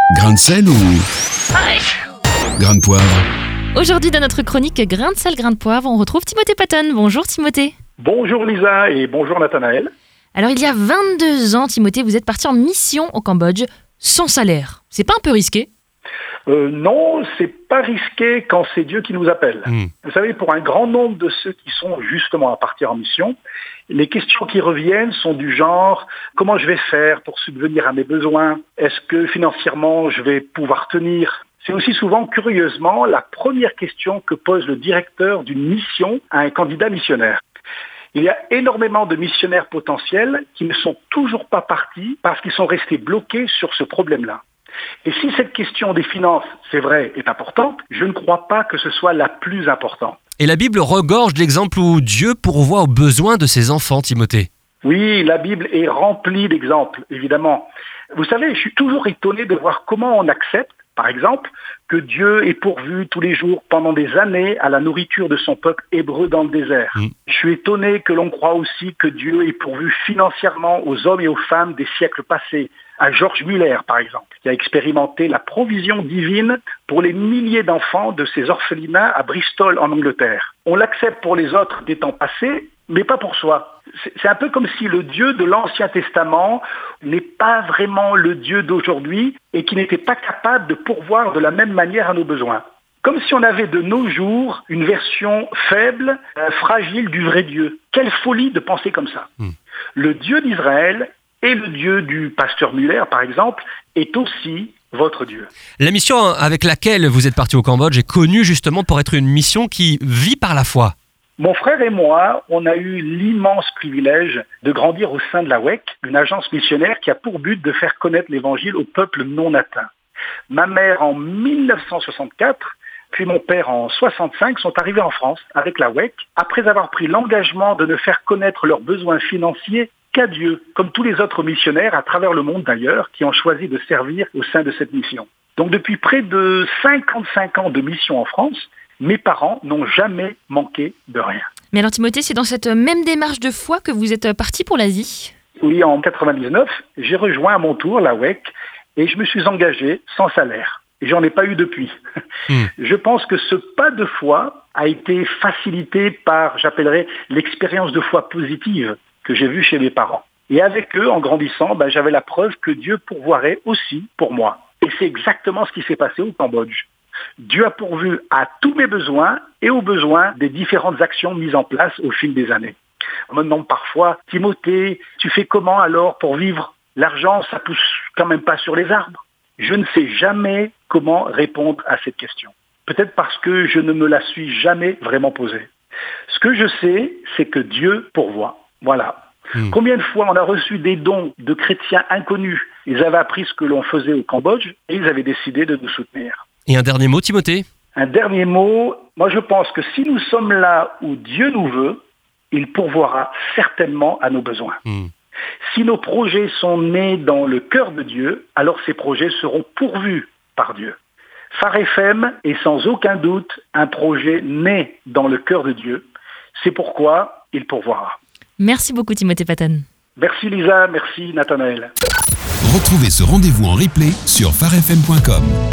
Grain de sel ou grain de poivre? Aujourd'hui, dans notre chronique Grain de sel, grain de poivre, on retrouve Timothée Patton. Bonjour Timothée. Bonjour Lisa et bonjour Nathanaël. Alors, il y a 22 ans, Timothée, vous êtes parti en mission au Cambodge sans salaire. C'est pas un peu risqué ? Non, c'est pas risqué quand c'est Dieu qui nous appelle. Vous savez, pour un grand nombre de ceux qui sont justement à partir en mission, les questions qui reviennent sont du genre « Comment je vais faire pour subvenir à mes besoins ? Est-ce que financièrement je vais pouvoir tenir ?» C'est aussi souvent, curieusement, la première question que pose le directeur d'une mission à un candidat missionnaire. Il y a énormément de missionnaires potentiels qui ne sont toujours pas partis parce qu'ils sont restés bloqués sur ce problème-là. Et si cette question des finances, c'est vrai, est importante, je ne crois pas que ce soit la plus importante. Et la Bible regorge d'exemples où Dieu pourvoit aux besoins de ses enfants, Timothée. Oui, la Bible est remplie d'exemples, évidemment. Vous savez, je suis toujours étonné de voir comment on accepte, par exemple, que Dieu ait pourvu tous les jours pendant des années à la nourriture de son peuple hébreu dans le désert. Je suis étonné que l'on croit aussi que Dieu ait pourvu financièrement aux hommes et aux femmes des siècles passés. À George Muller, par exemple, qui a expérimenté la provision divine pour les milliers d'enfants de ces orphelinats à Bristol, en Angleterre. On l'accepte pour les autres des temps passés, mais pas pour soi. C'est un peu comme si le Dieu de l'Ancien Testament n'est pas vraiment le Dieu d'aujourd'hui et qui n'était pas capable de pourvoir de la même manière à nos besoins. Comme si on avait de nos jours une version faible, fragile du vrai Dieu. Quelle folie de penser comme ça. Le Dieu d'Israël et le Dieu du pasteur Muller, par exemple, est aussi votre Dieu. La mission avec laquelle vous êtes parti au Cambodge est connue justement pour être une mission qui vit par la foi. Mon frère et moi, on a eu l'immense privilège de grandir au sein de la WEC, une agence missionnaire qui a pour but de faire connaître l'Évangile au peuple non atteint. Ma mère en 1964, puis mon père en 65 sont arrivés en France avec la WEC, après avoir pris l'engagement de ne faire connaître leurs besoins financiers qu'à Dieu, comme tous les autres missionnaires à travers le monde d'ailleurs, qui ont choisi de servir au sein de cette mission. Donc depuis près de 55 ans de mission en France, mes parents n'ont jamais manqué de rien. Mais alors Timothée, c'est dans cette même démarche de foi que vous êtes parti pour l'Asie ? Oui, en 99, j'ai rejoint à mon tour la WEC et je me suis engagé sans salaire. Et j'en ai pas eu depuis. Je pense que ce pas de foi a été facilité par, j'appellerais, l'expérience de foi positive que j'ai vue chez mes parents. Et avec eux, en grandissant, j'avais la preuve que Dieu pourvoirait aussi pour moi. Et c'est exactement ce qui s'est passé au Cambodge. Dieu a pourvu à tous mes besoins et aux besoins des différentes actions mises en place au fil des années. On me demande parfois, Timothée, tu fais comment alors pour vivre ? L'argent, ça pousse quand même pas sur les arbres. Je ne sais jamais comment répondre à cette question. Peut-être parce que je ne me la suis jamais vraiment posée. Ce que je sais, c'est que Dieu pourvoit. Voilà. Combien de fois on a reçu des dons de chrétiens inconnus ? Ils avaient appris ce que l'on faisait au Cambodge et ils avaient décidé de nous soutenir. Et un dernier mot, Timothée ? Un dernier mot, moi je pense que si nous sommes là où Dieu nous veut, il pourvoira certainement à nos besoins. Si nos projets sont nés dans le cœur de Dieu, alors ces projets seront pourvus par Dieu. Phare FM est sans aucun doute un projet né dans le cœur de Dieu. C'est pourquoi il pourvoira. Merci beaucoup Timothée Patton. Merci Lisa, merci Nathanaël. Retrouvez ce rendez-vous en replay sur pharefm.com.